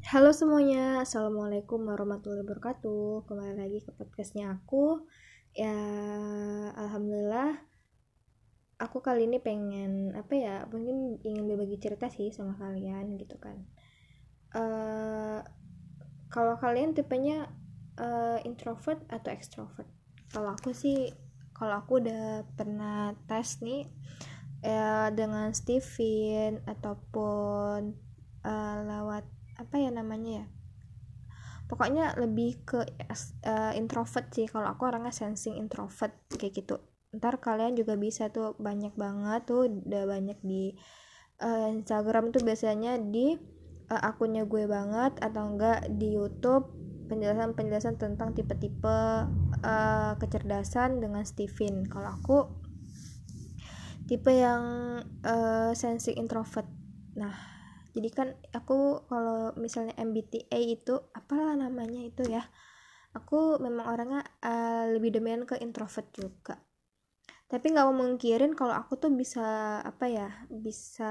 Halo semuanya, Assalamualaikum warahmatullahi wabarakatuh. Kembali lagi ke podcastnya aku. Ya, alhamdulillah. Aku kali ini pengen mungkin ingin berbagi cerita sih sama kalian gitu kan. Eh, Kalau kalian tipenya introvert atau extrovert? Kalau aku sih, kalau aku udah pernah tes nih ya dengan Steven ataupun lewat apa ya namanya ya, pokoknya lebih ke introvert sih. Kalau aku orangnya sensing introvert kayak gitu. Ntar kalian juga bisa tuh, banyak banget tuh, udah banyak di Instagram tuh, biasanya di akunnya gue banget atau enggak di YouTube, penjelasan-penjelasan tentang tipe-tipe kecerdasan dengan Steven. Kalau aku tipe yang sensing introvert. Nah, jadi kan aku kalau misalnya MBTI itu apalah namanya itu ya, aku memang orangnya lebih dominan ke introvert juga. Tapi nggak memungkirin kalau aku tuh bisa bisa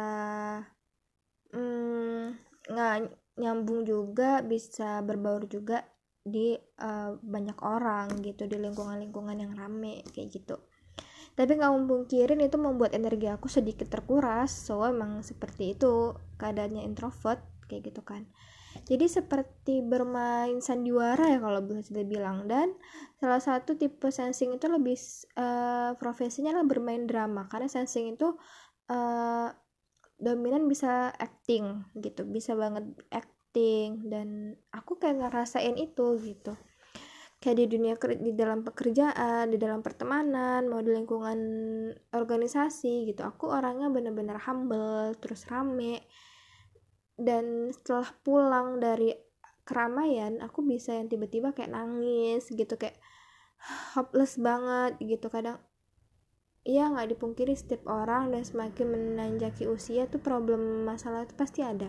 nggak nyambung juga, bisa berbaur juga di banyak orang gitu, di lingkungan-lingkungan yang rame kayak gitu. Tapi nggak memungkirin itu membuat energi aku sedikit terkuras. So emang seperti itu keadaannya introvert kayak gitu kan. Jadi seperti bermain sandiwara ya kalau bisa dibilang. Dan salah satu tipe sensing itu lebih profesinya adalah bermain drama, karena sensing itu uh, dominan bisa acting gitu, bisa banget acting. Dan aku kayak ngerasain itu gitu, kayak di dunia di dalam pekerjaan, di dalam pertemanan, mau di lingkungan organisasi gitu. Aku orangnya bener-bener humble, terus rame. Dan setelah pulang dari keramaian, aku bisa yang tiba-tiba kayak nangis gitu, kayak hopeless banget gitu. Kadang iya, nggak dipungkiri setiap orang dan semakin menanjaki usia tuh problem masalah itu pasti ada.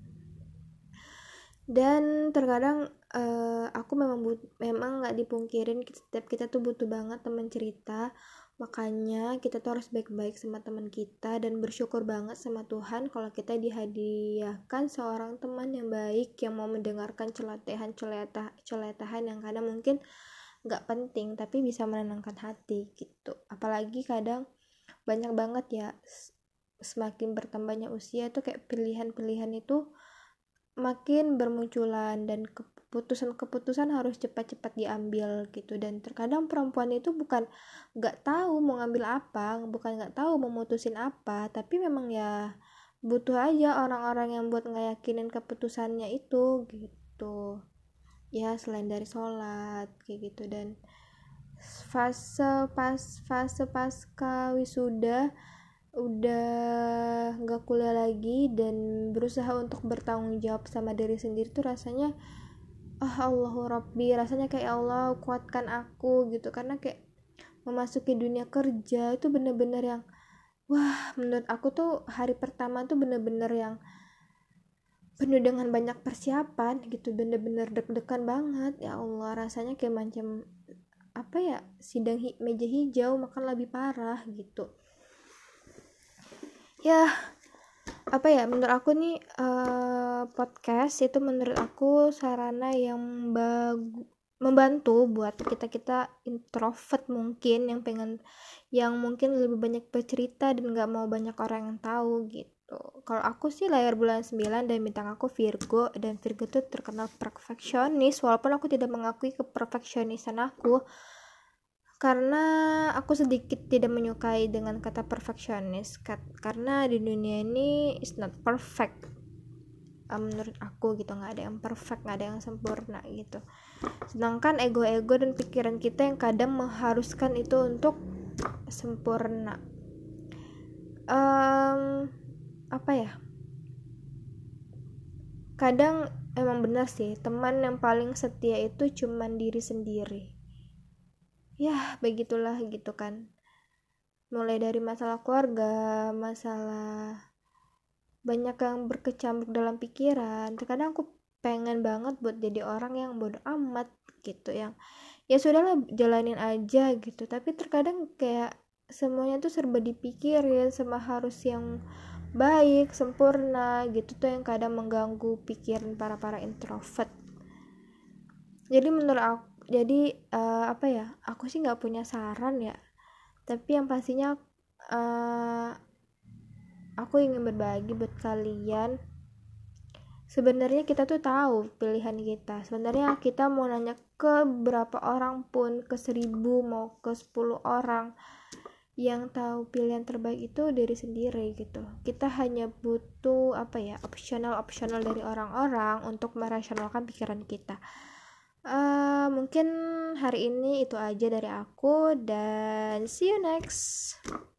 Dan terkadang aku memang nggak dipungkirin, setiap kita tuh butuh banget teman cerita. Makanya kita tuh harus baik-baik sama teman kita dan bersyukur banget sama Tuhan kalau kita dihadiahkan seorang teman yang baik, yang mau mendengarkan celetahan yang kadang mungkin nggak penting tapi bisa menenangkan hati gitu. Apalagi kadang banyak banget ya, semakin bertambahnya usia tuh kayak pilihan-pilihan itu makin bermunculan, dan keputusan-keputusan harus cepat-cepat diambil gitu. Dan terkadang perempuan itu bukan nggak tahu mau ngambil apa, bukan nggak tahu mau mutusin apa, tapi memang ya butuh aja orang-orang yang buat ngeyakinin keputusannya itu gitu ya, selain dari sholat kayak gitu. Dan fase pasca wisuda udah nggak kuliah lagi dan berusaha untuk bertanggung jawab sama diri sendiri tuh rasanya Allahu Rabbi, rasanya kayak ya Allah kuatkan aku gitu. Karena kayak memasuki dunia kerja itu bener-bener yang wah, menurut aku tuh hari pertama tuh bener-bener yang penuh dengan banyak persiapan gitu, bener-bener deg-degan banget. Ya Allah, rasanya kayak macam sidang meja hijau, makan lebih parah gitu ya. Menurut aku nih, podcast itu menurut aku sarana yang membantu buat kita introvert mungkin, yang mungkin lebih banyak bercerita dan gak mau banyak orang yang tahu gitu. Kalau aku sih lahir bulan 9 dan bintang aku Virgo, dan Virgo tuh terkenal perfeksionis, walaupun aku tidak mengakui keperfeksionisan aku, karena aku sedikit tidak menyukai dengan kata perfeksionis, karena di dunia ini is not perfect. Menurut aku gitu, nggak ada yang perfect, nggak ada yang sempurna gitu. Sedangkan ego-ego dan pikiran kita yang kadang mengharuskan itu untuk sempurna. Apa ya, kadang emang benar sih, teman yang paling setia itu cuman diri sendiri. Ya begitulah gitu kan, mulai dari masalah keluarga, masalah banyak yang berkecamuk dalam pikiran. Terkadang aku pengen banget buat jadi orang yang bodoh amat gitu, yang ya sudahlah jalanin aja gitu. Tapi terkadang kayak semuanya tuh serba dipikirin, sama harus yang baik, sempurna gitu tuh yang kadang mengganggu pikiran para introvert. Jadi menurut aku, aku sih nggak punya saran ya, tapi yang pastinya aku ingin berbagi buat kalian. Sebenarnya kita tuh tahu pilihan kita. Sebenarnya kita mau nanya ke berapa orang pun, ke 1.000 mau ke 10 orang, yang tahu pilihan terbaik itu diri sendiri gitu. Kita hanya butuh opsional dari orang-orang untuk merasionalkan pikiran kita. Mungkin hari ini itu aja dari aku, dan see you next.